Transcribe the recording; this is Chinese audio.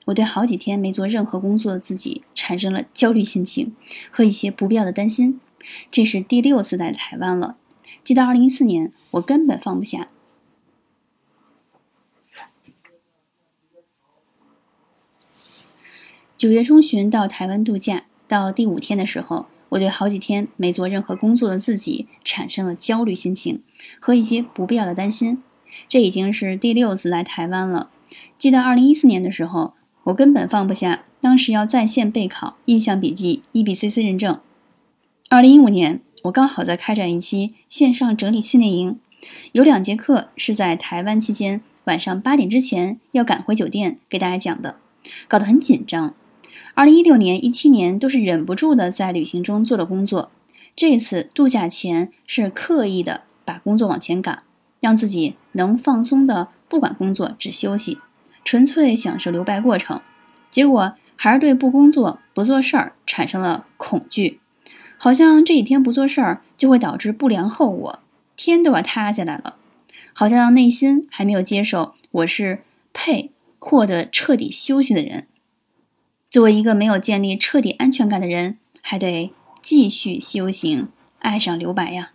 我对好几天没做任何工作的自己产生了焦虑心情和一些不必要的担心。这是第6次来台湾了。记得2014年，我根本放不下。9月中旬到台湾度假，到第5天的时候，我对好几天没做任何工作的自己产生了焦虑心情和一些不必要的担心。这已经是第6次来台湾了。记得2014年的时候，我根本放不下，当时要在线备考印象笔记 EBCC 认证。2015年，我刚好在开展一期线上整理训练营，有2节课是在台湾期间晚上8点之前要赶回酒店给大家讲的，搞得很紧张。2016年、17年都是忍不住的在旅行中做了工作，这次度假前是刻意的把工作往前赶，让自己能放松的不管工作只休息，纯粹享受留白过程。结果还是对不工作不做事儿产生了恐惧，好像这几天不做事儿就会导致不良后果，天都要塌下来了。好像内心还没有接受我是配获得彻底休息的人。作为一个没有建立彻底安全感的人，还得继续修行，爱上留白呀。